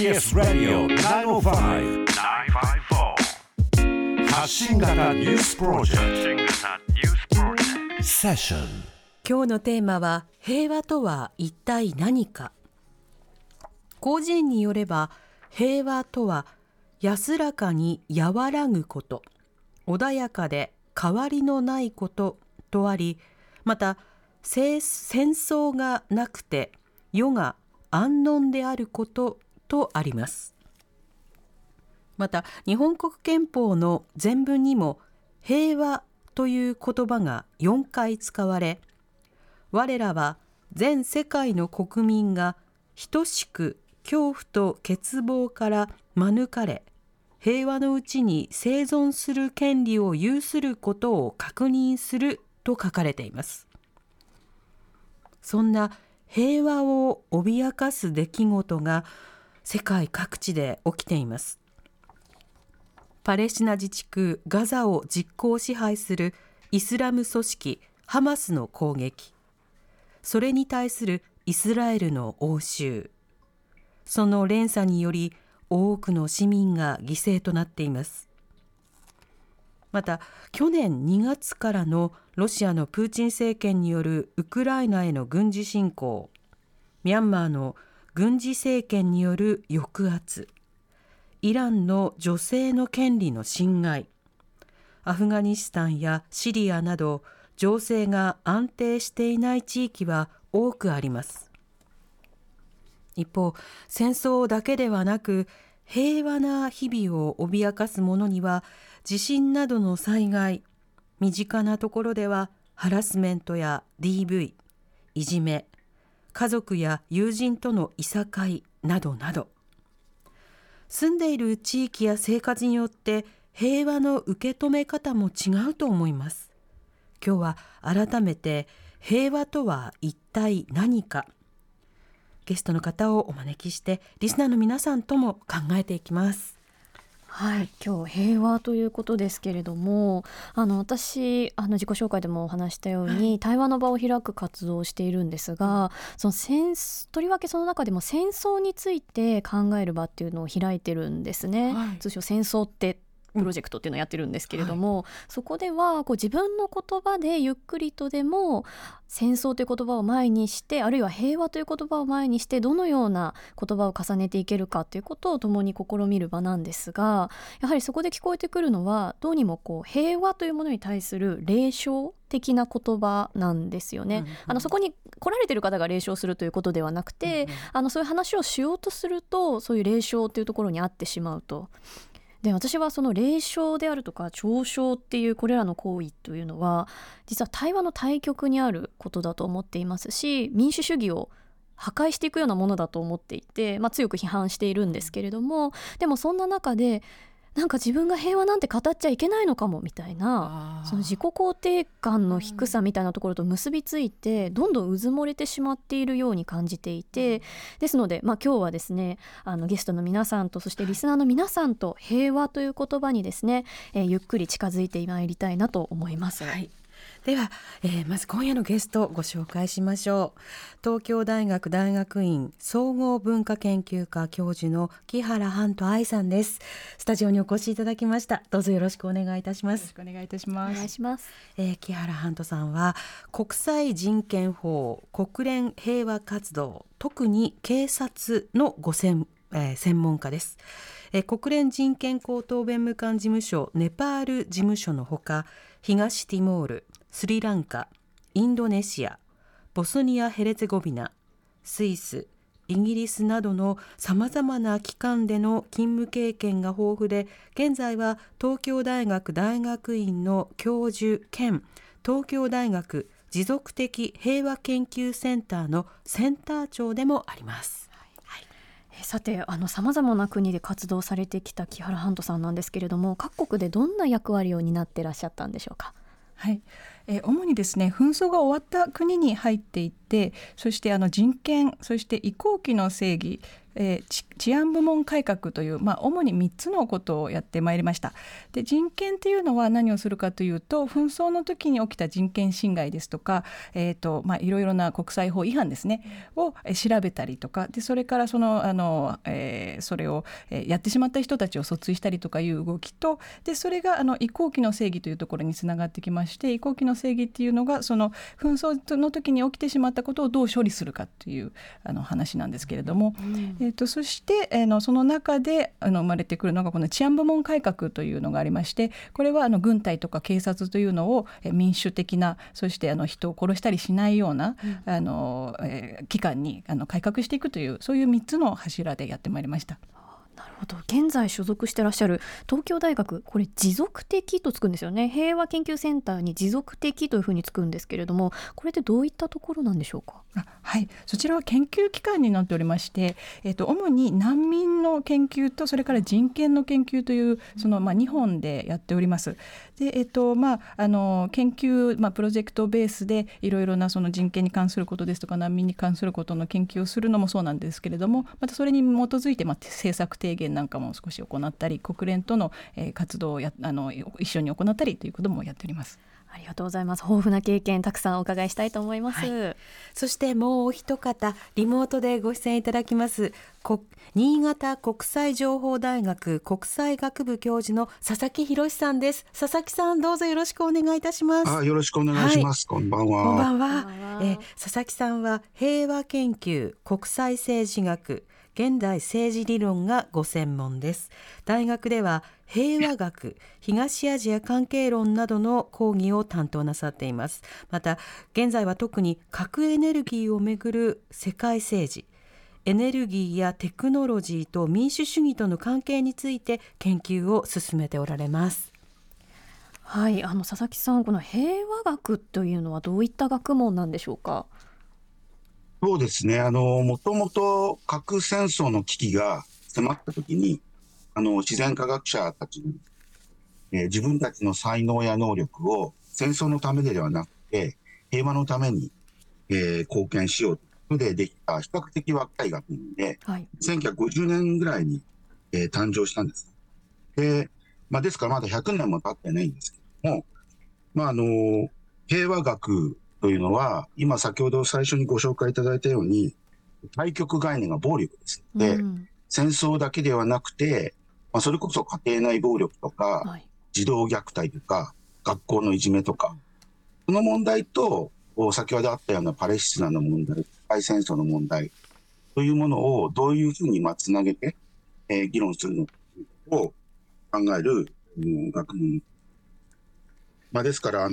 TBS ラディオ905-954発信型ニュースプロジェクトセッション。 今日のテーマは平和とは一体何か。広辞苑によれば平和とは安らかに和らぐこと、穏やかで変わりのないこととあり、また戦争がなくて世が安穏であることとあります。また日本国憲法の前文にも平和という言葉が4回使われ、我らは全世界の国民が等しく恐怖と欠乏から免れ、平和のうちに生存する権利を有することを確認すると書かれています。そんな平和を脅かす出来事が世界各地で起きています。パレスチナ自治区ガザを実効支配するイスラム組織ハマスの攻撃、それに対するイスラエルの応酬、その連鎖により多くの市民が犠牲となっています。また去年2月からのロシアのプーチン政権によるウクライナへの軍事侵攻、ミャンマーの軍事政権による抑圧、イランの女性の権利の侵害、アフガニスタンやシリアなど情勢が安定していない地域は多くあります。一方、戦争だけではなく平和な日々を脅かす者には地震などの災害、身近なところではハラスメントや DV、いじめ、家族や友人とのいさかいなどなど、住んでいる地域や生活によって平和の受け止め方も違うと思います。今日は改めて平和とは一体何か、ゲストの方をお招きしてリスナーの皆さんとも考えていきます。 はい、今日平和ということですけれども、私自己紹介でもお話したように、対話の場を開く活動をしているんですが、とりわけその中でも戦争について考える場っていうのを開いてるんですね。通称戦争ってプロジェクトっていうのをやってるんですけれども、そこでは自分の言葉でゆっくりとでも戦争という言葉を前にして、あるいは平和という言葉を前にして、どのような言葉を重ねていけるかということを共に試みる場なんですが、やはりそこで聞こえてくるのはどうにも平和というものに対する霊唱的な言葉なんですよね。そこに来られている方が霊唱するということではなくて、そういう話をしようとするとそういう霊唱というところにあってしまうと。で、私はその霊唱であるとか嘲笑っていうこれらの行為というのは実は対話の対極にあることだと思っていますし、民主主義を破壊していくようなものだと思っていて、強く批判しているんですけれども、でもそんな中でなんか自分が平和なんて語っちゃいけないのかもみたいな、その自己肯定感の低さみたいなところと結びついて、どんどんうず漏れてしまっているように感じていて、ですので、今日はですね、ゲストの皆さんとそしてリスナーの皆さんと平和という言葉にですね、ゆっくり近づいてまいりたいなと思います。 では、まず今夜のゲストをご紹介しましょう。東京大学大学院総合文化研究科教授の木原半人愛さんです。スタジオにお越しいただきました。どうぞよろしくお願いいたします。 よろしくお願いいたします。 お願いします。 木原半人さんは国際人権法、国連平和活動、特に警察の専門家です。国連人権高等弁務官事務所ネパール事務所のほか、東ティモール、スリランカ、インドネシア、ボスニア・ヘレツェゴビナ、スイス、イギリスなどのさまざまな機関での勤務経験が豊富で、現在は東京大学大学院の教授兼東京大学持続的平和研究センターのセンター長でもあります。 さて、さまざまな国で活動されてきた木原半人さんなんですけれども、各国でどんな役割を担っていらっしゃったんでしょうか。 主にですね、紛争が終わった国に入っていって、そして人権、そして移行期の正義、地治安部門改革という、主に3つのことをやってまいりました。で、人権というのは何をするかというと、紛争の時に起きた人権侵害ですとか、いろいろな国際法違反ですねを調べたりとかで、それからそれをやってしまった人たちを訴追したりとかいう動きと、でそれが移行期の正義というところにつながってきまして、移行期の正義っていうのがその紛争の時に起きてしまったことをどう処理するかという話なんですけれども、そしてその中で生まれてくるのがこの治安部門改革というのがありまして、これは軍隊とか警察というのを民主的な、そして人を殺したりしないような機関に改革していくという、そういう3つの柱でやってまいりました。 なるほど。現在所属してらっしゃる東京大学、これ持続的とつくんですよね。平和研究センターに持続的というふうにつくんですけれども、これってどういったところなんでしょうか。 はい、そちらは研究機関になっておりまして、主に難民の研究とそれから人権の研究というその2本でやっております。で、研究、プロジェクトベースでいろいろなその人権に関することですとか難民に関することの研究をするのもそうなんですけれども、またそれに基づいて政策提言なんかも少し行ったり、国連との活動を一緒に行ったりということもやっております。 ありがとうございます。豊富な経験たくさんお伺いしたいと思います。 そしてもうお一方リモートでご出演いただきます、新潟国際情報大学国際学部教授の佐々木博さんです。佐々木さん、どうぞよろしくお願いいたします。 よろしくお願いします。こんばんは。 こんばんは。佐々木さんは平和研究、国際政治学、現代政治理論がご専門です。大学では平和学、東アジア関係論などの講義を担当なさっています。また現在は特に核エネルギーをめぐる世界政治、エネルギーやテクノロジーと民主主義との関係について研究を進めておられます。 はい、佐々木さん、この平和学というのはどういった学問なんでしょうか。 そうですね。もともと核戦争の危機が迫った時に、自然科学者たちに、自分たちの才能や能力を戦争のためではなくて平和のために、貢献しようということでできた比較的若い学問で、1950年ぐらいに、誕生したんです。で、ですからまだ100年も経ってないんですけども、平和学というのは今先ほど最初にご紹介いただいたように対極概念が暴力ですので、戦争だけではなくて、それこそ家庭内暴力とか、児童虐待とか学校のいじめとか、この問題と先ほどあったようなパレスチナの問題、世界戦争の問題というものをどういうふうにつなげて、議論するのかを考える、学問、ですから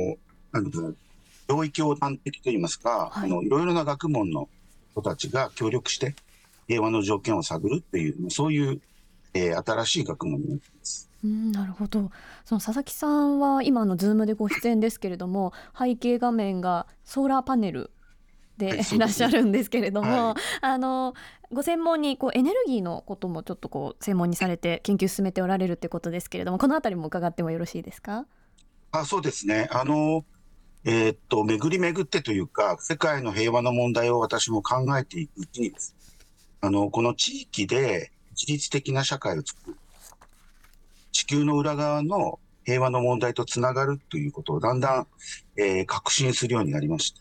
領域横断的といいますか、いろいろな学問の人たちが協力して平和の条件を探るという、そういう、新しい学問になっています。 なるほど。その佐々木さんは今ズームでご出演ですけれども、背景画面がソーラーパネルでいらっしゃるんですけれども、ご専門にエネルギーのこともちょっと専門にされて研究進めておられるということですけれども、このあたりも伺ってもよろしいですか。 そうですね。巡り巡ってというか、世界の平和の問題を私も考えていくうちにです、この地域で自律的な社会を作る、地球の裏側の平和の問題とつながるということをだんだん、確信するようになりました。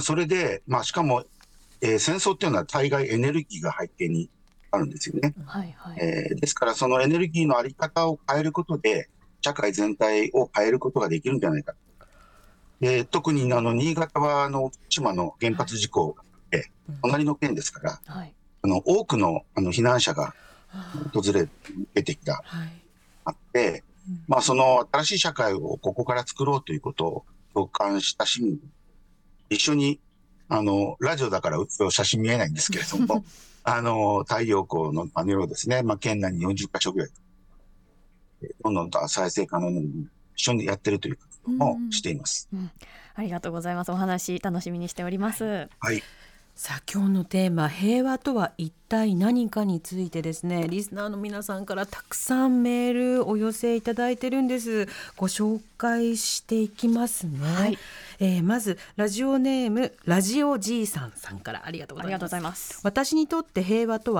それで、しかも、戦争っていうのは大概エネルギーが背景にあるんですよね。ですからそのエネルギーのあり方を変えることで社会全体を変えることができるんじゃないか。特に新潟は福島の原発事故で、隣の県ですから、多くの避難者が出てきた、あって、その新しい社会をここから作ろうということを共感した市民、一緒にラジオだから写真見えないんですけれども太陽光のパネルをですね、県内に40カ所ぐらいどんどんと再生可能に一緒にやってるということもしています。 ありがとうございます。お話楽しみにしております。 さあ、今日のテーマ、平和とは一体何かについてですね、リスナーの皆さんからたくさんメールお寄せいただいてるんです。ご紹介していきますね。まずラジオネームラジオじいさんからありがとうございます。私にとって平和とは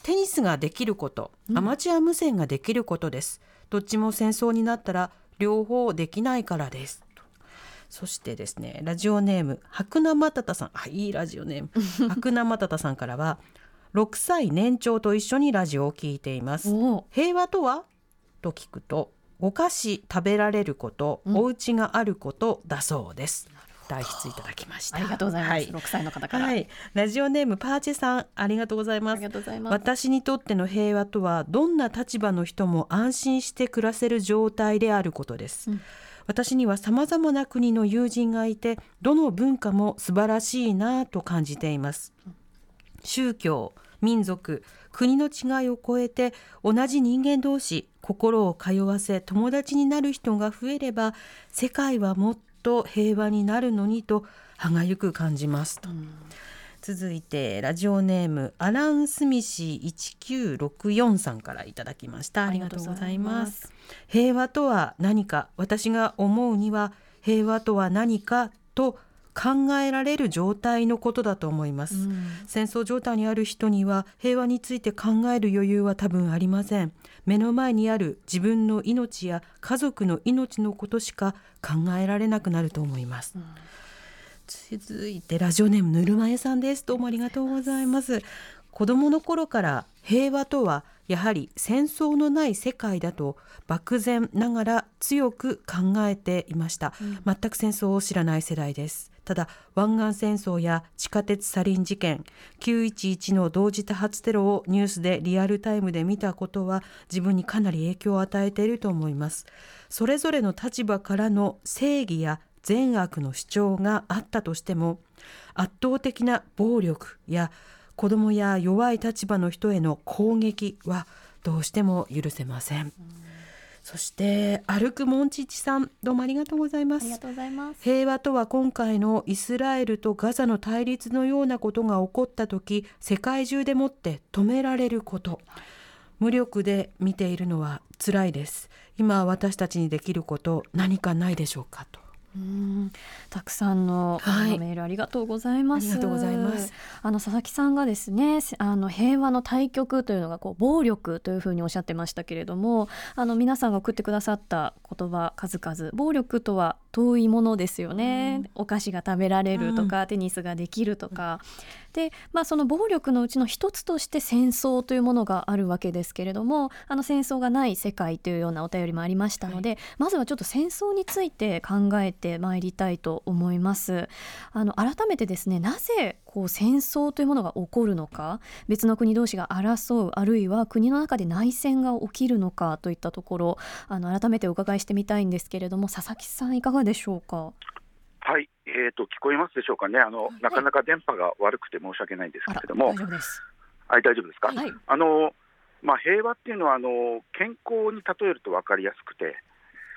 テニスができること、アマチュア無線ができることです。どっちも戦争になったら両方できないからです。そしてですね、ラジオネーム白名またたさん、いいラジオネーム白名またたさんからは、6歳年長と一緒にラジオを聞いています。平和とはと聞くと、お菓子食べられること、お家があることだそうです。代筆いただきました。 ありがとうございます、6歳の方から、 ラジオネームパーチェさん、ありがとうございます。私にとっての平和とは、どんな立場の人も安心して暮らせる状態であることです。私にはさまざまな国の友人がいて、どの文化も素晴らしいなと感じています。宗教、民族、国の違いを超えて、同じ人間同士、心を通わせ友達になる人が増えれば、世界はもっと平和になるのにと歯がゆく感じますと。続いてラジオネームアランスミシ1964さんからいただきました。ありがとうございます。平和とは何か、私が思うには、平和とは何かと考えられる状態のことだと思います。戦争状態にある人には平和について考える余裕は多分ありません。目の前にある自分の命や家族の命のことしか考えられなくなると思います。続いてラジオネームぬるま湯さんです。どうもありがとうございます。子供の頃から平和とはやはり戦争のない世界だと漠然ながら強く考えていました。全く戦争を知らない世代です。ただ湾岸戦争や地下鉄サリン事件、911の同時多発テロをニュースでリアルタイムで見たことは、自分にかなり影響を与えていると思います。それぞれの立場からの正義や善悪の主張があったとしても、圧倒的な暴力や子どもや弱い立場の人への攻撃はどうしても許せません。そして歩くモンチッチさん、どうもありがとうございます。 ありがとうございます。 平和とは今回のイスラエルとガザの対立のようなことが起こったとき、世界中でもって止められること。無力で見ているのは辛いです。今私たちにできること何かないでしょうかと。 たくさんのメールありがとうございます。 ありがとうございます。 佐々木さんがですね、平和の対極というのが暴力というふうにおっしゃってましたけれども、皆さんが送ってくださった言葉数々、暴力とは遠いものですよね。お菓子が食べられるとか、テニスができるとかで、その暴力のうちの一つとして戦争というものがあるわけですけれども、戦争がない世界というようなお便りもありましたので、まずはちょっと戦争について考えてまいりたいと思います。改めてですね、なぜ戦争というものが起こるのか、別の国同士が争う、あるいは国の中で内戦が起きるのかといったところ、改めてお伺いしてみたいんですけれども、佐々木さんいかがでしょうか。 はい、聞こえますでしょうかね。なかなか電波が悪くて申し訳ないんですけれども。 大丈夫です。 大丈夫ですか。 はい、 平和っていうのは健康に例えると分かりやすくて、で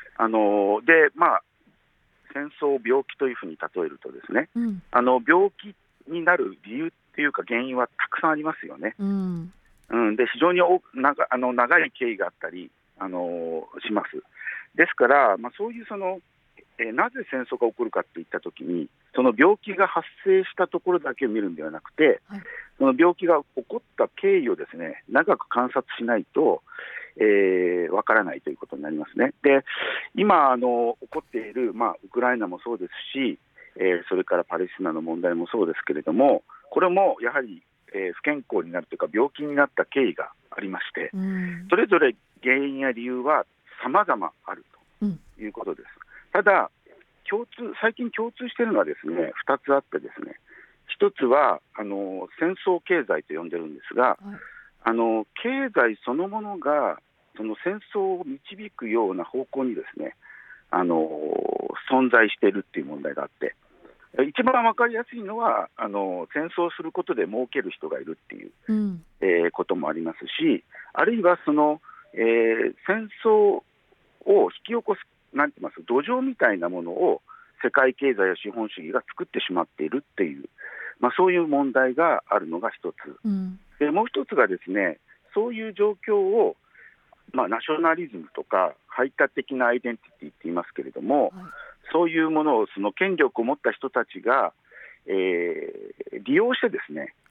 戦争を病気というふうに例えるとですね、病気になる理由っていうか原因はたくさんありますよね。で非常に長い経緯があったりします。ですから、そういうなぜ戦争が起こるかっていったときに、その病気が発生したところだけを見るんではなくて、その病気が起こった経緯をですね、長く観察しないとわからないということになりますね。で、今起こっている、ウクライナもそうですし、それからパレスチナの問題もそうですけれども、これもやはり、不健康になるというか病気になった経緯がありまして、それぞれ原因や理由は様々あるということです。ただ最近共通しているのはですね、2つあってですね、1つは戦争経済と呼んでるんですが、経済そのものがその戦争を導くような方向にですね、存在しているっていう問題があって、一番分かりやすいのは戦争することで儲ける人がいるっていう、こともありますし、あるいは戦争を引き起こすなんて言います土壌みたいなものを世界経済や資本主義が作ってしまっているっていう、そういう問題があるのが一つ、でもう一つがですね、そういう状況を、ナショナリズムとか排他的なアイデンティティって言いますけれども、そういうものをその権力を持った人たちが、利用してですね、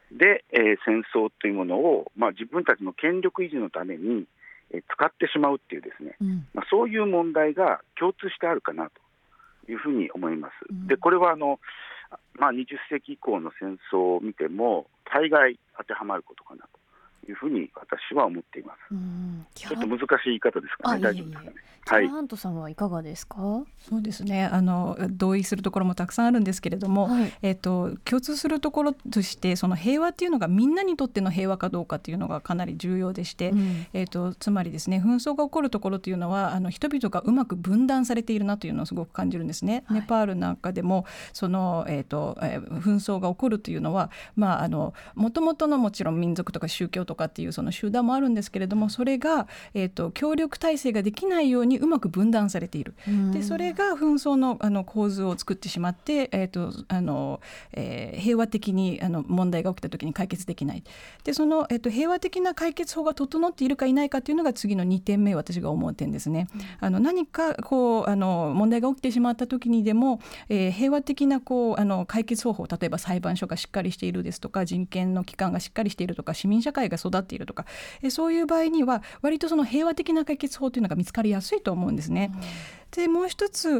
で、戦争というものを、自分たちの権力維持のために、使ってしまうっていうですね、そういう問題が共通してあるかなというふうに思います。でこれは20世紀以降の戦争を見ても大概当てはまることかなというふうに私は思っています。ちょっと難しい言い方ですかね。大丈夫ですかね。 キャラハントさんはいかがですか？ そうですね、同意するところもたくさんあるんですけれども、共通するところとしてその平和っていうのがみんなにとっての平和かどうかっていうのがかなり重要でして、つまりですね、紛争が起こるところというのは人々がうまく分断されているなというのをすごく感じるんですね。ネパールなんかでもその、紛争が起こるというのはもともとのもちろん民族とか宗教とかっていうその集団もあるんですけれども、それが、協力体制ができないようにうまく分断されている。でそれが紛争の構図を作ってしまって、平和的に問題が起きた時に解決できない。でその、平和的な解決法が整っているかいないかというのが次の2点目、私が思う点ですね。何か問題が起きてしまった時にでも、平和的な解決方法、例えば裁判所がしっかりしているですとか、人権の機関がしっかりしているとか、市民社会が育っているとか、そういう場合には割とその平和的な解決法というのが見つかりやすいと思うんですね。でもう一つ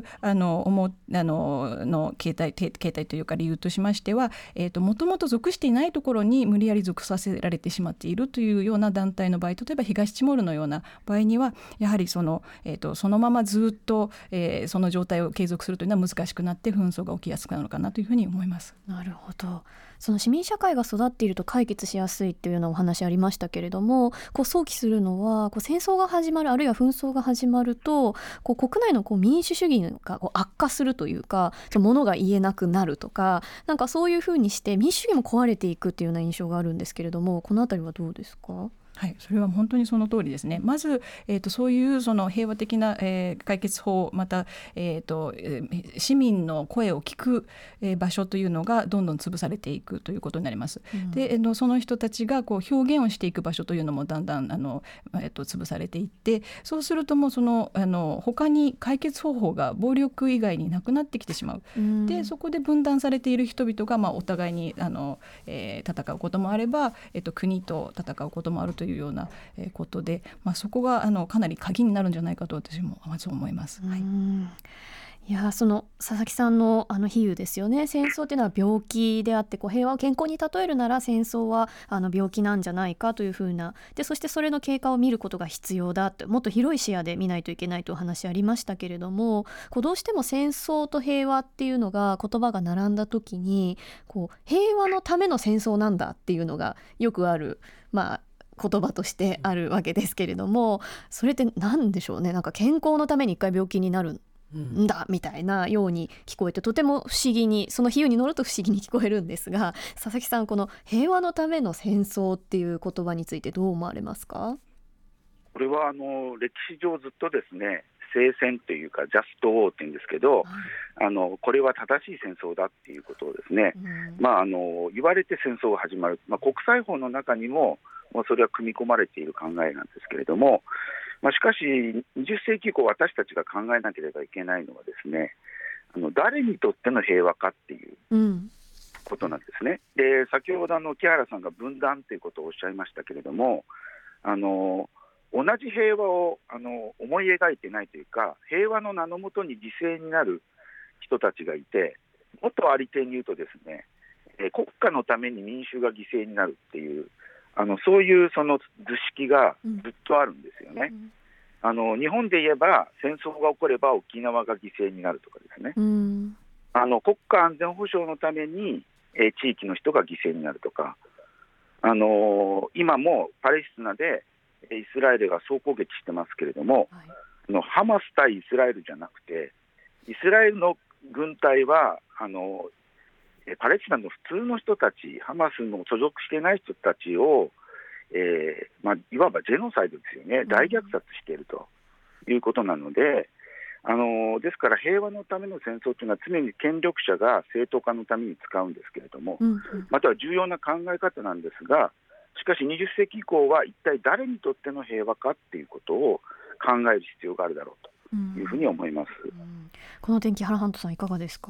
形態というか理由としましては、もともと属していないところに無理やり属させられてしまっているというような団体の場合、例えば東チモールのような場合にはやはりそのままずっと、その状態を継続するというのは難しくなって紛争が起きやすくなるのかなというふうに思います。 なるほど。その市民社会が育っていると解決しやすいっていうようなお話ありましたけれども、想起するのは戦争が始まる、あるいは紛争が始まると国内の民主主義が悪化するというか、物が言えなくなるとか、なんかそういうふうにして民主主義も壊れていくっていうような印象があるんですけれども、このあたりはどうですか？ はい、それは本当にその通りですね。まず、そういうその平和的な、解決法、また、市民の声を聞く、場所というのがどんどん潰されていくということになります。でその人たちが表現をしていく場所というのもだんだん潰されていって、そうするともう他に解決方法が暴力以外になくなってきてしまう。でそこで分断されている人々が、お互いに戦うこともあれば、国と戦うこともあるというようなことで、そこがかなり鍵になるんじゃないかと私もまず思います。 いや、その佐々木さんの比喩ですよね。戦争というのは病気であって、平和を健康に例えるなら戦争は病気なんじゃないかというふうな、でそしてそれの経過を見ることが必要だって、もっと広い視野で見ないといけないという話ありましたけれども、どうしても戦争と平和っていうのが言葉が並んだ時に平和のための戦争なんだっていうのがよくある言葉としてあるわけですけれども、それって何でしょうね。なんか健康のために一回病気になるんだみたいなように聞こえて、とても不思議に、その比喩に乗ると不思議に聞こえるんですが、佐々木さん、この平和のための戦争っていう言葉についてどう思われますか？ これは歴史上ずっとですね、聖戦というかジャストウォーっていうんですけど、これは正しい戦争だっていうことをですね、言われて戦争が始まる、国際法の中にもそれは組み込まれている考えなんですけれども、しかし20世紀以降私たちが考えなければいけないのはですね、誰にとっての平和かっていうことなんですね。で先ほど木原さんが分断ということをおっしゃいましたけれども、同じ平和を思い描いてないというか、平和の名のもとに犠牲になる人たちがいて、もっとありていに言うとですね、国家のために民衆が犠牲になるっていうそういうその図式がずっとあるんですよね。日本で言えば戦争が起これば沖縄が犠牲になるとかですね、国家安全保障のために、地域の人が犠牲になるとか、今もパレスチナでイスラエルが総攻撃してますけれども、ハマス対イスラエルじゃなくて、イスラエルの軍隊はパレスチナの普通の人たち、ハマスの所属していない人たちを、いわばジェノサイドですよね、大虐殺しているということなので、ですから平和のための戦争というのは常に権力者が正当化のために使うんですけれども、または重要な考え方なんですが、しかし20世紀以降は一体誰にとっての平和かっていうことを考える必要があるだろうというふうに思います。 この点、木原ハントさんいかがですか？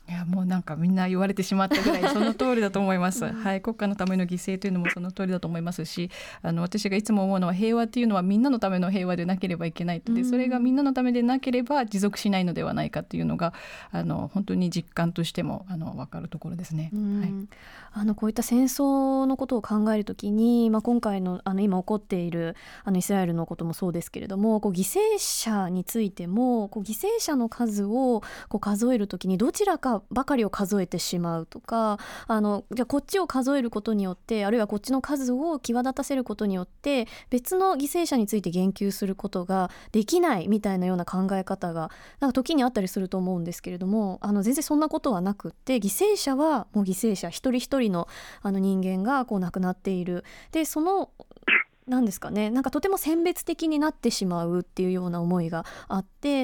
いやもうなんかみんな言われてしまったぐらいその通りだと思います、はい、国家のための犠牲というのもその通りだと思いますし、私がいつも思うのは平和っていうのはみんなのための平和でなければいけないと。でそれがみんなのためでなければ持続しないのではないかというのが本当に実感としても分かるところですね。 はい、こういった戦争のことを考えるときに、今回の今起こっているイスラエルのこともそうですけれども、犠牲者についても犠牲者の数を数えるときにどちらかばかりを数えてしまうとか、じゃあこっちを数えることによって、あるいはこっちの数を際立たせることによって別の犠牲者について言及することができないみたいなような考え方がなんか時にあったりすると思うんですけれども、全然そんなことはなくって、犠牲者はもう犠牲者一人一人の人間が亡くなっている。でそのなんですかね、なんかとても選別的になってしまうっていうような思いがあって、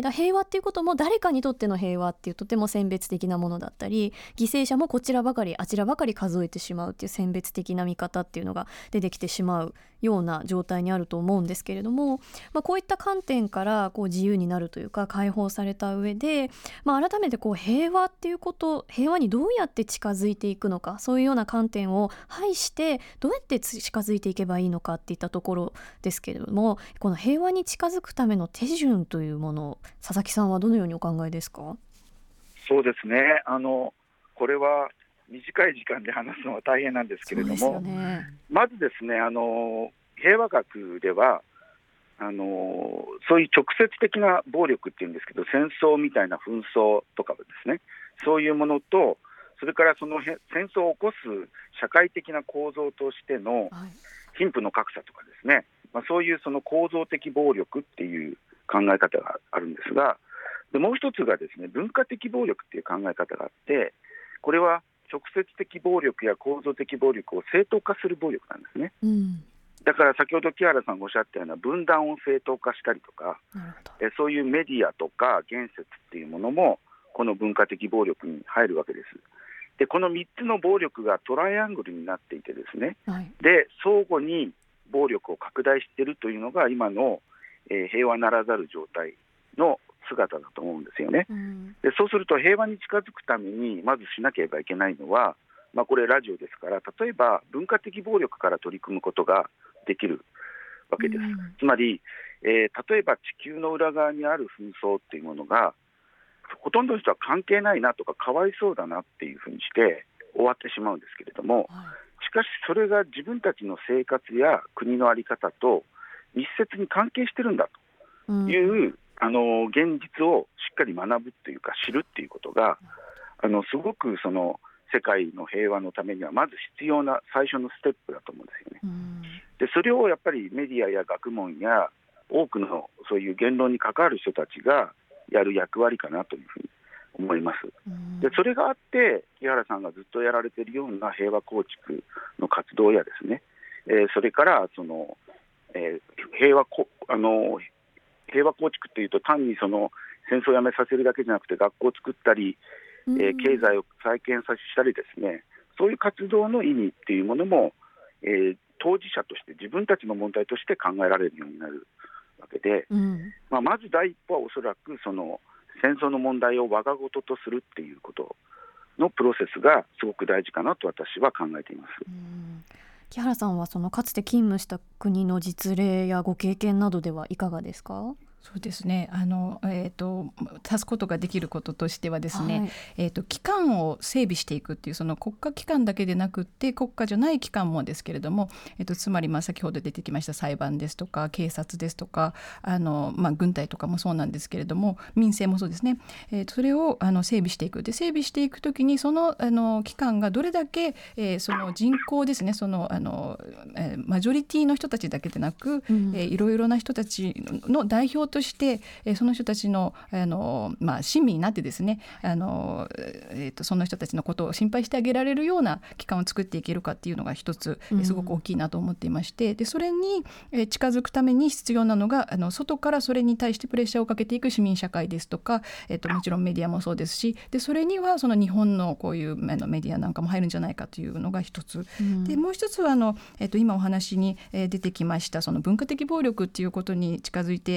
平和っていうことも誰かにとっての平和っていうとても選別的なものだったり、犠牲者もこちらばかりあちらばかり数えてしまうっていう選別的な見方っていうのが出てきてしまうような状態にあると思うんですけれども、こういった観点から自由になるというか解放された上で、改めて平和っていうこと、平和にどうやって近づいていくのか、そういうような観点を排してどうやって近づいていけばいいのかっていったところですけれども、この平和に近づくための手順というものを佐々木さんはどのようにお考えですか？ そうですね、これは短い時間で話すのは大変なんですけれども、まずですね、平和学ではそういう直接的な暴力っていうんですけど、戦争みたいな紛争とかですね、そういうものと、それからその戦争を起こす社会的な構造としての貧富の格差とかですね、そういうその構造的暴力っていう考え方があるんですが、でもう一つがですね、文化的暴力っていう考え方があって、これは直接的暴力や構造的暴力を正当化する暴力なんですね。だから先ほど木原さんがおっしゃったような分断を正当化したりとか、そういうメディアとか言説っていうものもこの文化的暴力に入るわけです。でこの3つの暴力がトライアングルになっていてですね、で相互に暴力を拡大しているというのが今の、平和ならざる状態の姿だと思うんですよね。でそうすると平和に近づくためにまずしなければいけないのは、これラジオですから、例えば文化的暴力から取り組むことができるわけです。つまり、例えば地球の裏側にある紛争っていうものがほとんどの人は関係ないなとかかわいそうだなっていうふうにして終わってしまうんですけれども、しかしそれが自分たちの生活や国の在り方と密接に関係してるんだという、現実をしっかり学ぶというか知るっていうことがすごくその世界の平和のためにはまず必要な最初のステップだと思うんですよね。でそれをやっぱりメディアや学問や多くのそういう言論に関わる人たちがやる役割かなというふうに思います。でそれがあって木原さんがずっとやられているような平和構築の活動やですね、それからその、平和構築というと単にその戦争をやめさせるだけじゃなくて学校を作ったり、経済を再建させたりですね、そういう活動の意味っていうものも、当事者として自分たちの問題として考えられるようになるわけで、まず第一歩はおそらくその戦争の問題を我が事とするっていうことのプロセスがすごく大事かなと私は考えています。 木原さんはそのかつて勤務した国の実例やご経験などではいかがですか？ そうですね、足すことができることとしてはですね、機関を整備していくっていう、その国家機関だけでなくって国家じゃない機関もですけれども、つまり先ほど出てきました裁判ですとか警察ですとか軍隊とかもそうなんですけれども、民政もそうですね、それを整備していく。で整備していくときにその機関がどれだけ、その人口ですね、そのマジョリティの人たちだけでなく、いろいろな人たちの代表として、その人たちの、親身になってですね、その人たちのことを心配してあげられるような機関を作っていけるかっていうのが一つすごく大きいなと思っていまして、でそれに近づくために必要なのが外からそれに対してプレッシャーをかけていく市民社会ですとか、もちろんメディアもそうですし、でそれにはその日本のこういうメディアなんかも入るんじゃないかというのが一つ、でもう一つは今お話に出てきましたその文化的暴力っていうことに近づいて話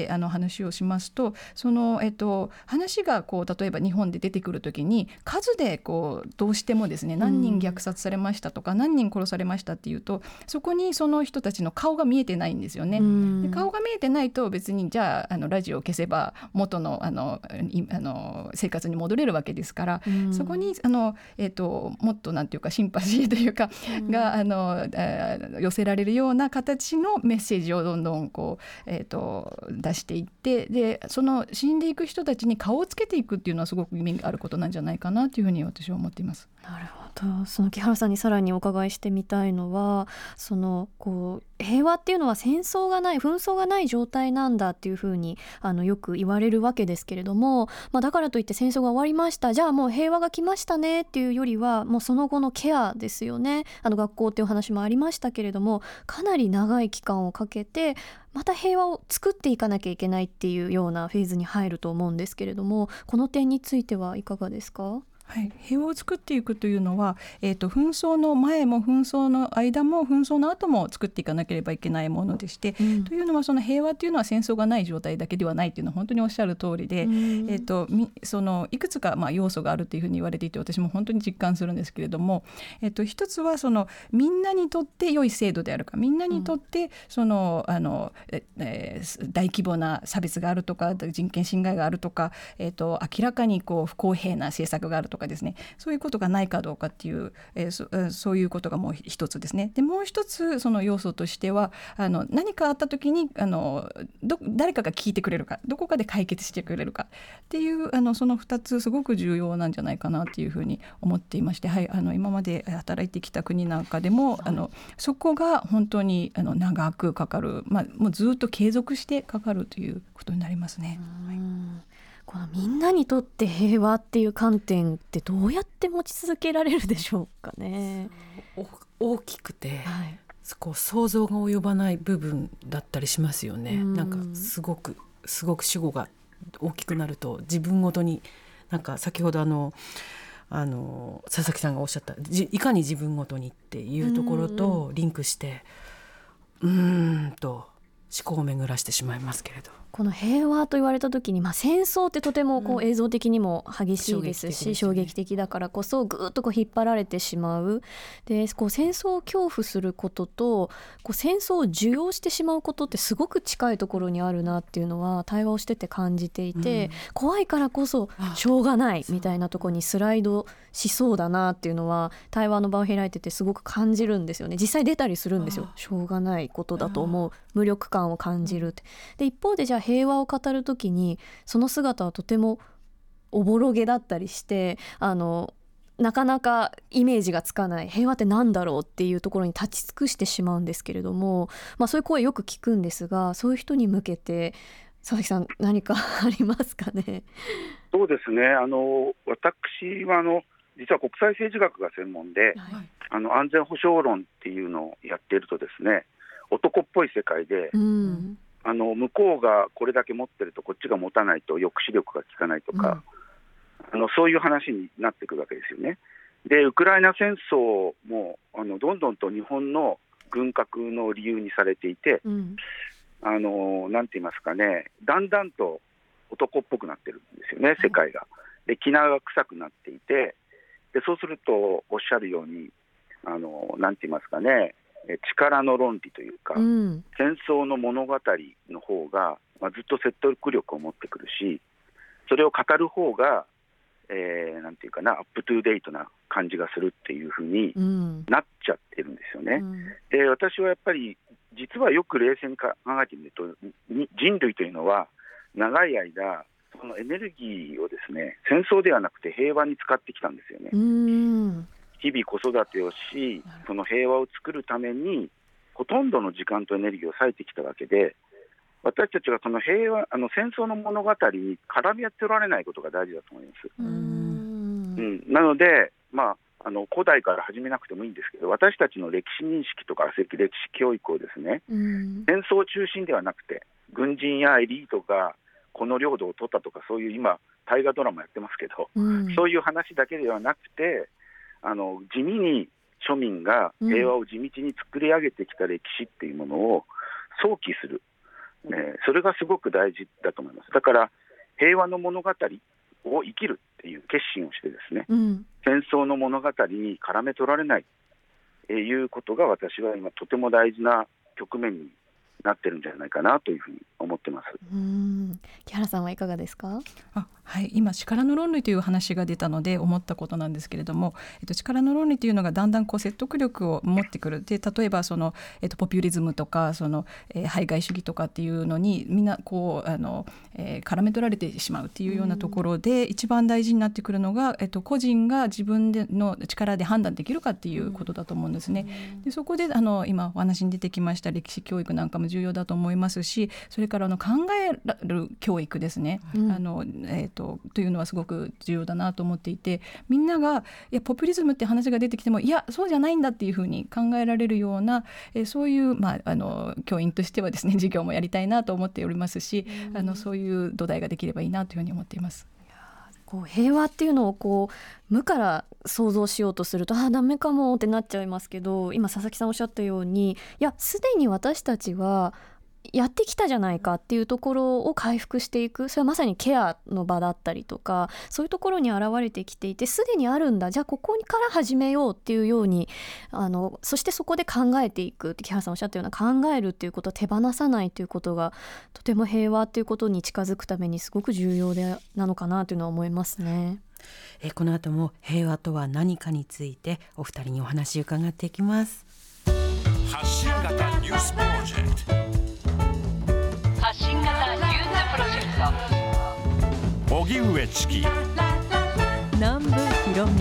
話をしますと、話が例えば日本で出てくるときに数でどうしてもですね、何人虐殺されましたとか、何人殺されましたっていうと、そこにその人たちの顔が見えてないんですよね。で顔が見えてないと別にじゃあラジオを消せば元の生活に戻れるわけですから、そこにもっとなんていうかシンパシーというかが寄せられるような形のメッセージをどんどん出していって、でその死んでいく人たちに顔をつけていくっていうのはすごく意味があることなんじゃないかなというふうに私は思っています。 なるほど。その木原さんにさらにお伺いしてみたいのは、平和っていうのは戦争がない、紛争がない状態なんだっていうふうによく言われるわけですけれども、だからといって戦争が終わりました、じゃあもう平和が来ましたねっていうよりは、もうその後のケアですよね。学校っていう話もありましたけれども、かなり長い期間をかけてまた平和を作っていかなきゃいけないっていうようなフェーズに入ると思うんですけれども、この点についてはいかがですか？ はい、平和を作っていくというのは、紛争の前も紛争の間も紛争の後も作っていかなければいけないものでして、というのはその平和というのは戦争がない状態だけではないというのは本当におっしゃる通りで、そのいくつか要素があるというふうに言われていて、私も本当に実感するんですけれども、一つはそのみんなにとって良い制度であるか、みんなにとって大規模な差別があるとか人権侵害があるとか、明らかに不公平な政策があるとかですね、そういうことがないかどうかっていう、そういうことがもう一つですね。でもう一つその要素としては、何かあった時に誰かが聞いてくれるか、どこかで解決してくれるかっていうその2つすごく重要なんじゃないかなっていうふうに思っていまして、はい、今まで働いてきた国なんかでも、そこが本当に長くかかる、もうずっと継続してかかるということになりますね。 このみんなにとって平和っていう観点ってどうやって持ち続けられるでしょうかね。 大きくて、想像が及ばない部分だったりしますよね。なんかすごく主語が大きくなると自分ごとに、なんか先ほど佐々木さんがおっしゃったいかに自分ごとにっていうところとリンクしてと思考を巡らしてしまいますけれど、 この平和と言われた時に、戦争ってとても映像的にも激しいですし、衝撃的だからこそぐっと引っ張られてしまう。で戦争を恐怖することと戦争を受容してしまうことってすごく近いところにあるなっていうのは対話をしてて感じていて、怖いからこそしょうがないみたいなところにスライドしそうだなっていうのは対話の場を開いててすごく感じるんですよね。実際出たりするんですよ。しょうがないことだと思う、無力感を感じるって。で一方でじゃあ平和を語るときにその姿はとてもおぼろげだったりして、なかなかイメージがつかない、平和ってなんだろうっていうところに立ち尽くしてしまうんですけれども、そういう声よく聞くんですが、そういう人に向けて佐々木さん何かありますかね。 そうですね、私は実は国際政治学が専門で、安全保障論っていうのをやっているとですね、男っぽい世界で、向こうがこれだけ持ってるとこっちが持たないと抑止力が効かないとか、そういう話になってくるわけですよね。でウクライナ戦争もどんどんと日本の軍拡の理由にされていて、なんて言いますかね、だんだんと男っぽくなってるんですよね、世界が。で気長が臭くなっていて、でそうするとおっしゃるようになんて言いますかね、力の論理というか、戦争の物語の方が、ずっと説得力を持ってくるし、それを語る方が、なんていうかな、アップトゥーデイトな感じがするっていうふうになっちゃってるんですよね。で私はやっぱり実はよく冷静に考えてみると、人類というのは長い間そのエネルギーをですね、戦争ではなくて平和に使ってきたんですよね。日々子育てをし、その平和を作るためにほとんどの時間とエネルギーを割いてきたわけで、私たちがその平和戦争の物語に絡み合っておられないことが大事だと思います。なので、古代から始めなくてもいいんですけど、私たちの歴史認識とか歴史教育をですね、戦争中心ではなくて、軍人やエリートがこの領土を取ったとか、そういう今大河ドラマやってますけど、そういう話だけではなくて、地味に庶民が平和を地道に作り上げてきた歴史っていうものを想起する、 それがすごく大事だと思います。だから平和の物語を生きるっていう決心をしてですね、戦争の物語に絡め取られないということが私は今とても大事な局面になってるんじゃないかなというふうに思ってます。 木原さんはいかがですか？ はい、今力の論理という話が出たので思ったことなんですけれども、力の論理というのがだんだん説得力を持ってくる。で例えばポピュリズムとか排外主義とかっていうのにみんな絡め取られてしまうっていうようなところで、一番大事になってくるのが、個人が自分の力で判断できるかっていうことだと思うんですね。でそこで今お話に出てきました歴史教育なんかも重要だと思いますし、それから考える教育ですね、というのはすごく重要だなと思っていて、みんながポピュリズムって話が出てきてもそうじゃないんだっていうふうに考えられるような、そういう、教員としてはですね授業もやりたいなと思っておりますし、そういう土台ができればいいなというふうに思っています。 平和っていうのを無から想像しようとするとダメかもってなっちゃいますけど、今佐々木さんおっしゃったようにすでに私たちはやってきたじゃないかっていうところを回復していく、それはまさにケアの場だったりとか、そういうところに現れてきていて、すでにあるんだ、じゃあここから始めようっていうようにそしてそこで考えていくって木原さんおっしゃったような、考えるっていうことを手放さないということがとても平和っていうことに近づくためにすごく重要なのかなというのは思いますね。 この後も平和とは何かについてお二人にお話を伺っていきます。 発信型ニュースプロジェクト、 発信型ニュースプロジェクト、 荻上チキ南部ひろみ。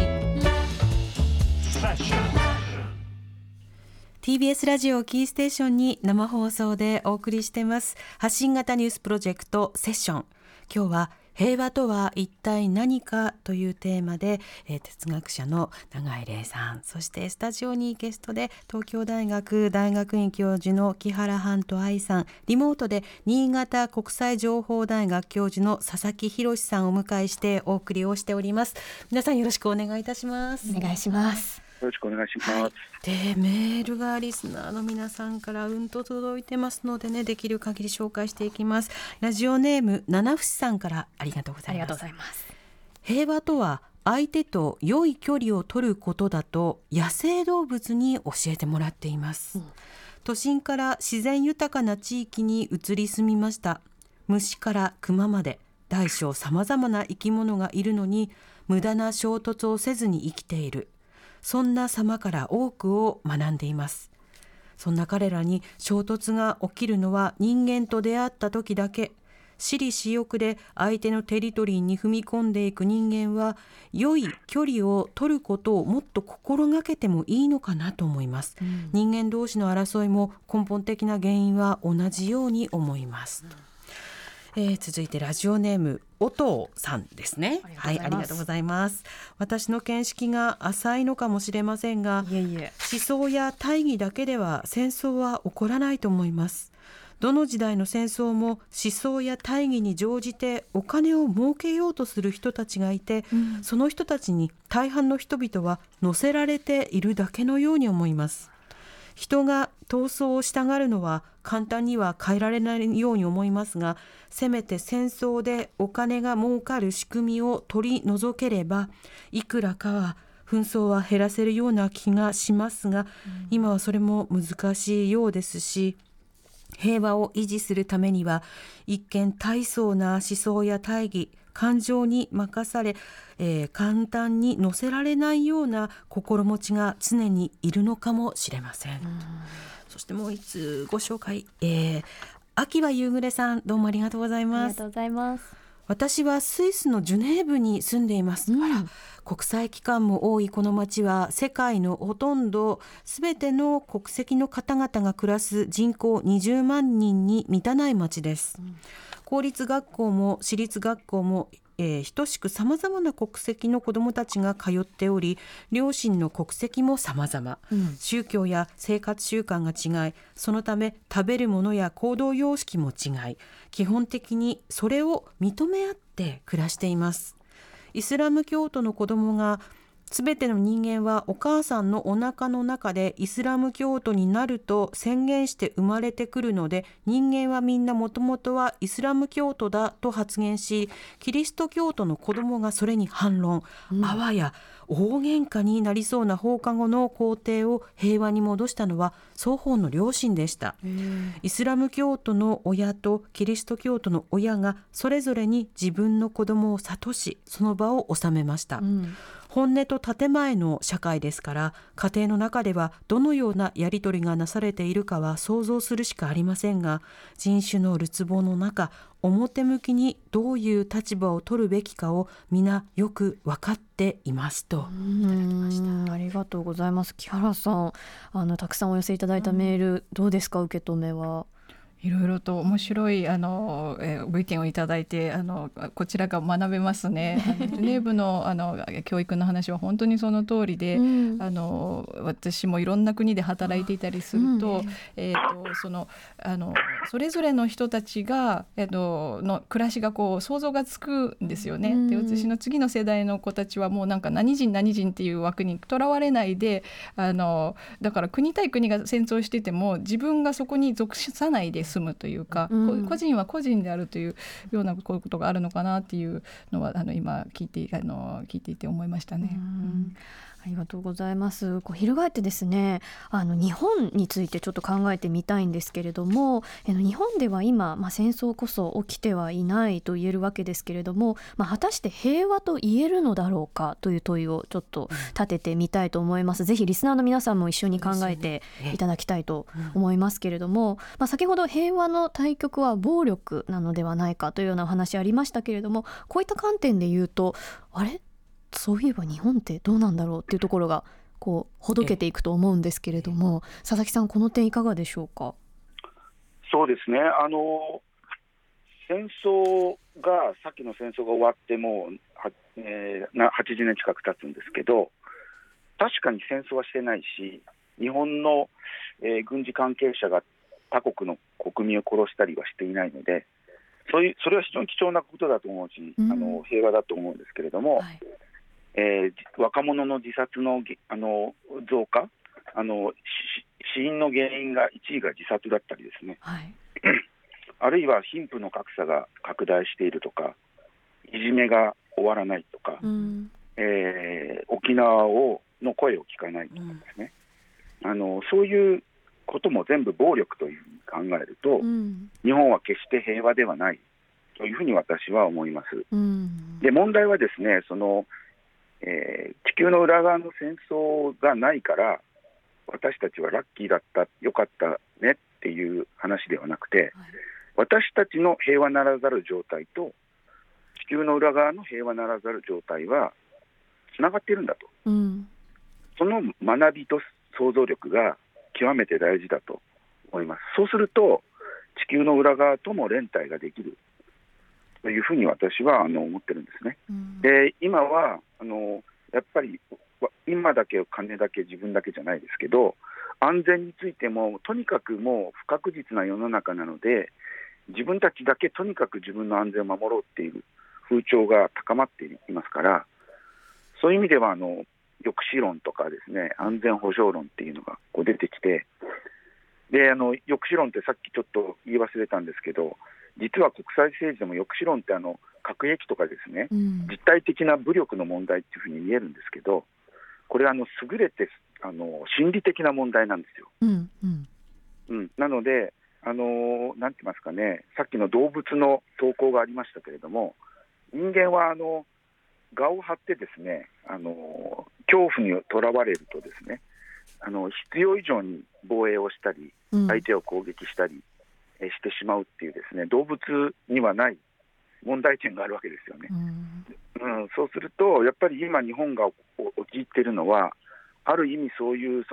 TBS ラジオキーステーションに生放送でお送りしています発信型ニュースプロジェクトセッション。今日は平和とは一体何かというテーマで、哲学者の永井玲さん、そしてスタジオにゲストで東京大学大学院教授の木原半斗愛さん、リモートで新潟国際情報大学教授の佐々木博さんをお迎えしてお送りをしております。皆さんよろしくお願いいたします。 お願いします。 よろしくお願いします。 でメールがリスナーの皆さんからと届いてますのでね、できる限り紹介していきます。ラジオネーム七節さんからありがとうございます。平和とは相手と良い距離を取ることだと野生動物に教えてもらっています、都心から自然豊かな地域に移り住みました。虫から熊まで大小さまざまな生き物がいるのに無駄な衝突をせずに生きている、そんな様から多くを学んでいます。そんな彼らに衝突が起きるのは人間と出会った時だけ。私利私欲で相手のテリトリーに踏み込んでいく人間は良い距離を取ることをもっと心がけてもいいのかなと思います、人間同士の争いも根本的な原因は同じように思います、続いてラジオネームおとうさんですね。はい、ありがとうございます。私の見識が浅いのかもしれませんが、思想や大義だけでは戦争は起こらないと思います。どの時代の戦争も思想や大義に乗じてお金を儲けようとする人たちがいて、その人たちに大半の人々は乗せられているだけのように思います。人が闘争をしたがるのは簡単には変えられないように思いますが、せめて戦争でお金が儲かる仕組みを取り除ければいくらかは紛争は減らせるような気がしますが、今はそれも難しいようですし、平和を維持するためには一見大層な思想や大義、感情に任され、簡単に乗せられないような心持ちが常にいるのかもしれません。そしてもう一つご紹介、秋葉夕暮れさん、どうもありがとうございます。 ありがとうございます。 私はスイスのジュネーブに住んでいます、国際機関も多いこの町は世界のほとんどすべての国籍の方々が暮らす人口20万人に満たない町です、公立学校も私立学校も等しくさまざまな国籍の子どもたちが通っており、両親の国籍もさまざま、宗教や生活習慣が違い、そのため食べるものや行動様式も違い、基本的にそれを認め合って暮らしています。イスラム教徒の子どもがすべての人間はお母さんのお腹の中でイスラム教徒になると宣言して生まれてくるので、人間はみんなもともとはイスラム教徒だと発言し、キリスト教徒の子供がそれに反論、あわや大喧嘩になりそうな放課後の校庭を平和に戻したのは双方の両親でした。イスラム教徒の親とキリスト教徒の親がそれぞれに自分の子供を諭し、その場を収めました。本音と建前の社会ですから、家庭の中ではどのようなやり取りがなされているかは想像するしかありませんが、人種のるつぼの中、表向きにどういう立場を取るべきかを皆よく分かっていますといただきました。 ありがとうございます。木原さん、たくさんお寄せいただいたメール、どうですか、受け止めは。 いろいろと面白いご意見をいただいて、こちらが学べますね。ジュネーブの教育の話は本当にその通りで、私もいろんな国で働いていたりすると、それぞれの人たちがの暮らしがこう想像がつくんですよね。で、私の次の世代の子たちはもうなんか何人何人っていう枠にとらわれないで、だから国対国が戦争してても自分がそこに属さないで済むというか、個人は個人であるというようなことがあるのかなっていうのは今聞いていて思いましたね。 ありがとうございます。翻ってですね、日本についてちょっと考えてみたいんですけれども、日本では今、戦争こそ起きてはいないと言えるわけですけれども、果たして平和と言えるのだろうかという問いをちょっと立ててみたいと思います。ぜひリスナーの皆さんも一緒に考えていただきたいと思いますけれども、先ほど平和の対極は暴力なのではないかというようなお話ありましたけれども、こういった観点で言うと、あれそういえば日本ってどうなんだろうっていうところがほどけていくと思うんですけれども、佐々木さん、この点いかがでしょうか。 そうですね、戦争がさっきの戦争が終わってもう80年近く経つんですけど、確かに戦争はしてないし、日本の、軍事関係者が他国の国民を殺したりはしていないので、それは非常に貴重なことだと思うし、平和だと思うんですけれども、若者の自殺の増加、死因の原因が1位が自殺だったりですね、あるいは貧富の格差が拡大しているとか、いじめが終わらないとか、沖縄の声を聞かないとかですね、そういうことも全部暴力というふうに考えると、日本は決して平和ではないというふうに私は思います。で、問題はですね、地球の裏側の戦争がないから私たちはラッキーだった、よかったねっていう話ではなくて、私たちの平和ならざる状態と地球の裏側の平和ならざる状態はつながっているんだと、その学びと想像力が極めて大事だと思います。そうすると地球の裏側とも連帯ができるというふうに私は思ってるんですね。で、今はやっぱり今だけ金だけ自分だけじゃないですけど、安全についてもとにかくもう不確実な世の中なので、自分たちだけとにかく自分の安全を守ろうっていう風潮が高まっていますから、そういう意味では抑止論とかですね、安全保障論っていうのが出てきて、で抑止論ってさっきちょっと言い忘れたんですけど、実は国際政治でも抑止論って核兵器とかですね、実体的な武力の問題っていうふうに見えるんですけど、これは優れて心理的な問題なんですよ。なのでなんて言いますかね、さっきの動物の投稿がありましたけれども、人間は我を張ってですね、恐怖にとらわれるとですね、必要以上に防衛をしたり相手を攻撃したりしてしまうっていうですね、動物にはない問題点があるわけですよね。そうするとやっぱり今日本が陥っているのは、ある意味そういう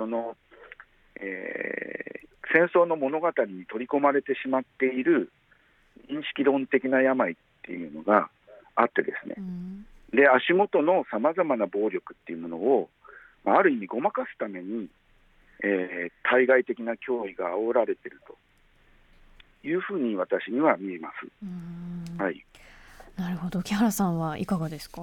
戦争の物語に取り込まれてしまっている認識論的な病っていうのがあってですね、で足元のさまざまな暴力っていうものをある意味ごまかすために、対外的な脅威が煽られているというふうに私には見えます。 なるほど。木原さんはいかがですか。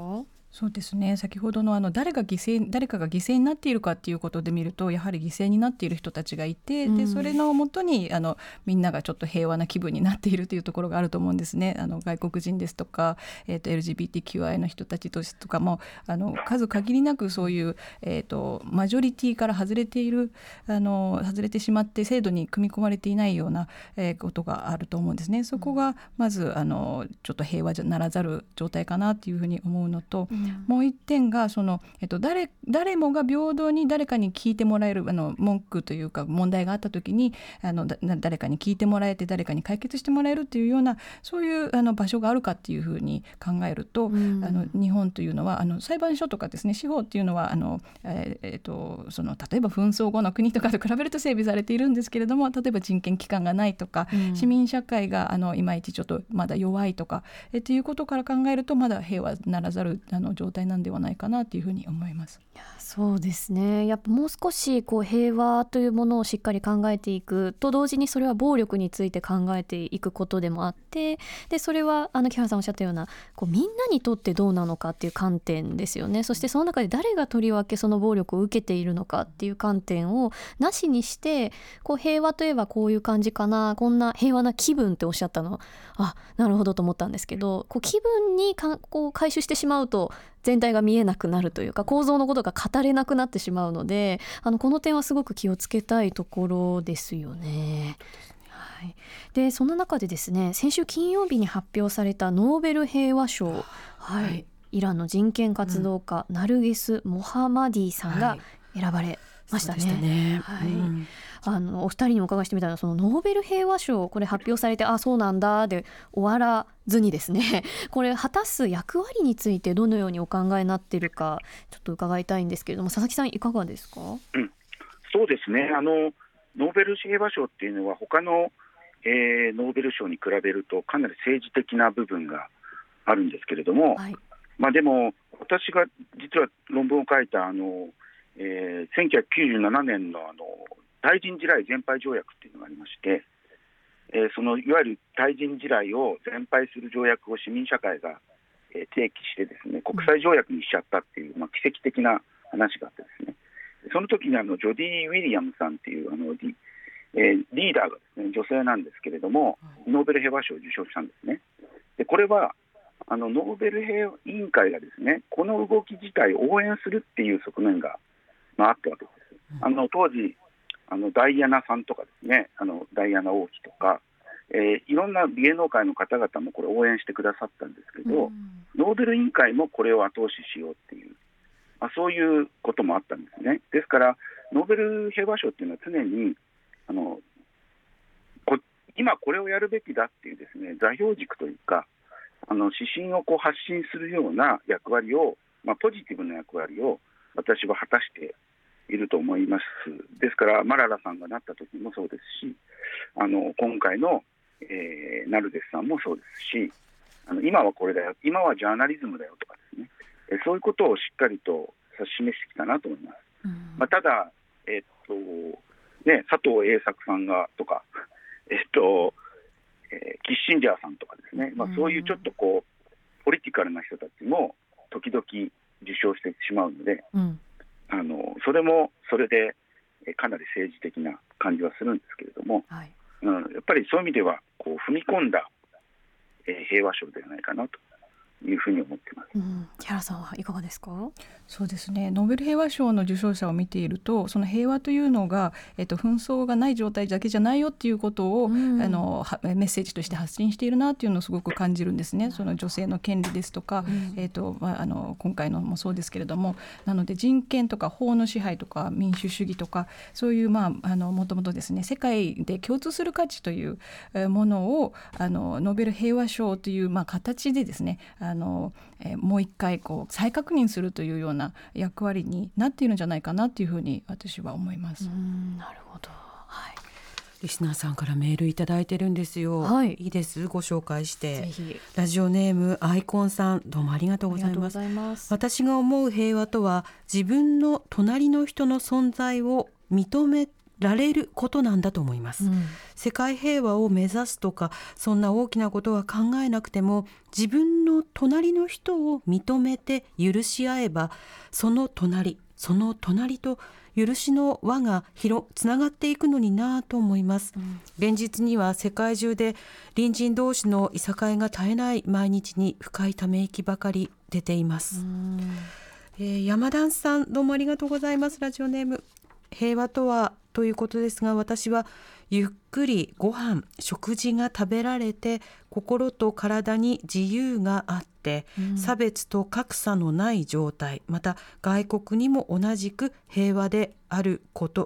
そうですね、先ほどの誰かが犠牲になっているかっていうことで見ると、やはり犠牲になっている人たちがいて、でそれのもとにみんながちょっと平和な気分になっているというところがあると思うんですね。外国人ですとか、LGBTQI の人たちとかも数限りなくそういう、マジョリティから外れてしまって制度に組み込まれていないような、ことがあると思うんですね。そこがまずちょっと平和じゃならざる状態かなというふうに思うのと、もう一点が誰もが平等に誰かに聞いてもらえる文句というか問題があった時に誰かに聞いてもらえて誰かに解決してもらえるというようなそういう場所があるかっていうふうに考えると、日本というのは裁判所とかですね、司法っていうのは例えば紛争後の国とかと比べると整備されているんですけれども、例えば人権機関がないとか、市民社会がいまいちちょっとまだ弱いとかっていうことから考えると、まだ平和ならざる状態なんではないかなというふうに思います。 そうですね、やっぱもう少し平和というものをしっかり考えていくと同時に、それは暴力について考えていくことでもあって、でそれは木原さんおっしゃったようなみんなにとってどうなのかっていう観点ですよね。そしてその中で誰がとりわけその暴力を受けているのかっていう観点をなしにして、平和といえばこういう感じかな、こんな平和な気分っておっしゃったの、なるほどと思ったんですけど、気分に回収してしまうと全体が見えなくなるというか、構造のことが語れなくなってしまうので、この点はすごく気をつけたいところですよね。はい、でそんな中でですね、先週金曜日に発表されたノーベル平和賞、イランの人権活動家、ナルゲス・モハマディさんが選ばれましたね。お二人にお伺いしてみたら、そのノーベル平和賞これ発表されてそうなんだで終わらずにですね、これ果たす役割についてどのようにお考えになっているかちょっと伺いたいんですけれども、佐々木さんいかがですか？ そうですね、ノーベル平和賞っていうのは他の、ノーベル賞に比べるとかなり政治的な部分があるんですけれども、でも私が実は論文を書いた1997年の対人地雷全廃条約っていうのがありまして、いわゆる対人地雷を全廃する条約を市民社会が、提起してですね、国際条約にしちゃったっていう、奇跡的な話があってですね、その時にジョディ・ウィリアムさんっていうリーダーがですね、女性なんですけれども、ノーベル平和賞を受賞したんですね。でこれはノーベル平和委員会がですね、この動き自体を応援するっていう側面が、あったわけです。当時ダイアナさんとかですね、ダイアナ王妃とか、いろんな芸能界の方々もこれ応援してくださったんですけど、ノーベル委員会もこれを後押ししようっていう、そういうこともあったんですね。ですからノーベル平和賞っていうのは常に今これをやるべきだっていうですね、座標軸というか指針を発信するような役割を、ポジティブな役割を私は果たしていると思います。ですからマララさんがなった時もそうですし、今回の、ナルデスさんもそうですし、今はこれだよ、今はジャーナリズムだよとかですね、そういうことをしっかりと指し示してきたなと思います。ただ、佐藤栄作さんがとか、キッシンジャーさんとかですね、そういうちょっとポリティカルな人たちも時々受賞してしまうので、それもそれでかなり政治的な感じはするんですけれども、やっぱりそういう意味では踏み込んだ平和賞ではないかなというふうに思っています。 木原さんはいかがですか？ そうですね、ノーベル平和賞の受賞者を見ていると、その平和というのが、紛争がない状態だけじゃないよっていうことを、メッセージとして発信しているなっていうのをすごく感じるんですね。その女性の権利ですとか、今回のもそうですけれども、なので人権とか法の支配とか民主主義とか、そういうもともとですね、世界で共通する価値というものをノーベル平和賞という形でですね、もう一回再確認するというような役割になっているんじゃないかなというふうに私は思います。 なるほど、 リスナーさんからメールいただいてるんですよ、いいですご紹介して。 ぜひ。 ラジオネームアイコンさん、どうもありがとうございます。私が思う平和とは、自分の隣の人の存在を認められることなんだと思います、世界平和を目指すとかそんな大きなことは考えなくても、自分の隣の人を認めて許し合えば、その隣と許しの輪がつながっていくのになと思います、現実には世界中で隣人同士のいさかいが絶えない毎日に深いため息ばかり出ています。山田さん、どうもありがとうございます。ラジオネーム、平和とはということですが、私はゆっくり食事が食べられて、心と体に自由があって、差別と格差のない状態、また外国も同じく平和であること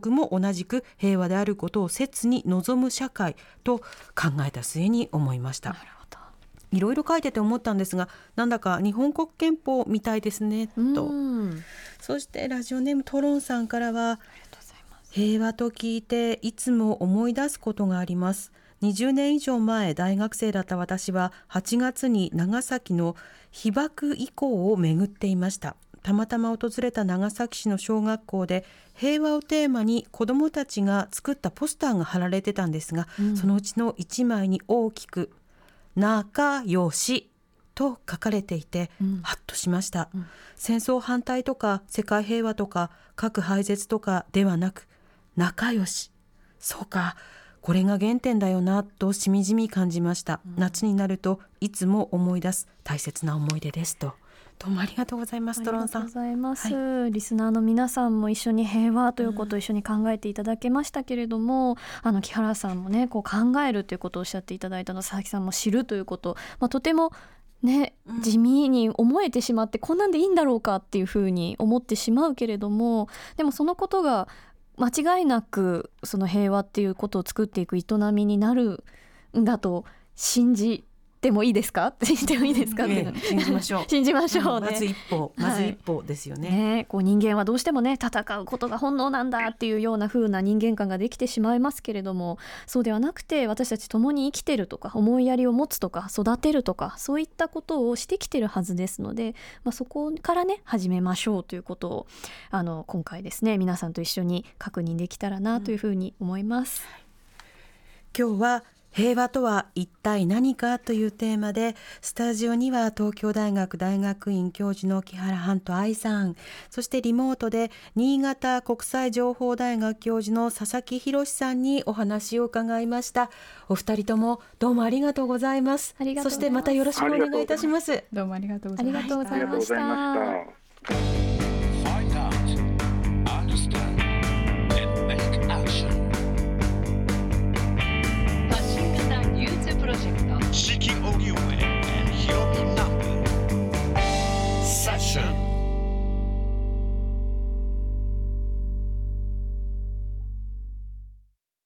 を切に望む社会と考えた末に思いました。いろいろ書いてて思ったんですが、なんだか日本国憲法みたいですねと。そしてラジオネームトロンさんからは、平和と聞いていつも思い出すことがあります。20年以上前、大学生だった私は8月に長崎の被爆遺構を巡っていました。たまたま訪れた長崎市の小学校で平和をテーマに子どもたちが作ったポスターが貼られてたんですが、そのうちの1枚に大きく仲良しと書かれていて、ハッとしました、戦争反対とか世界平和とか核廃絶とかではなく、仲良し、そうか、これが原点だよなとしみじみ感じました、夏になるといつも思い出す大切な思い出ですと。どうもありがとうございます。トロンさん、ありがとうございます、 リスナーの皆さんも一緒に平和ということを一緒に考えていただけましたけれども、木原さんもね、こう考えるということをおっしゃっていただいたの、佐々木さんも知るということ、とてもね、地味に思えてしまって、こんなんでいいんだろうかっていうふうに思ってしまうけれども、でもそのことが間違いなくその平和っていうことを作っていく営みになるんだと信じてもいいですか？信じてもいいですか？ 信じましょう信じましょうね。 まず一歩ですよね。 こう人間はどうしてもね、戦うことが本能なんだっていうような風な人間観ができてしまいますけれども、そうではなくて、私たち共に生きてるとか思いやりを持つとか育てるとか、そういったことをしてきてるはずですので、そこからね始めましょうということを今回ですね、皆さんと一緒に確認できたらなというふうに思います、 今日は平和とは一体何かというテーマで、スタジオには東京大学大学院教授の木原半斗愛さん、そしてリモートで新潟国際情報大学教授の佐々木博さんにお話を伺いました。お二人ともどうもありがとうございます。そしてまたよろしくお願いいたします。 どうもありがとうございました。 ありがとうございました。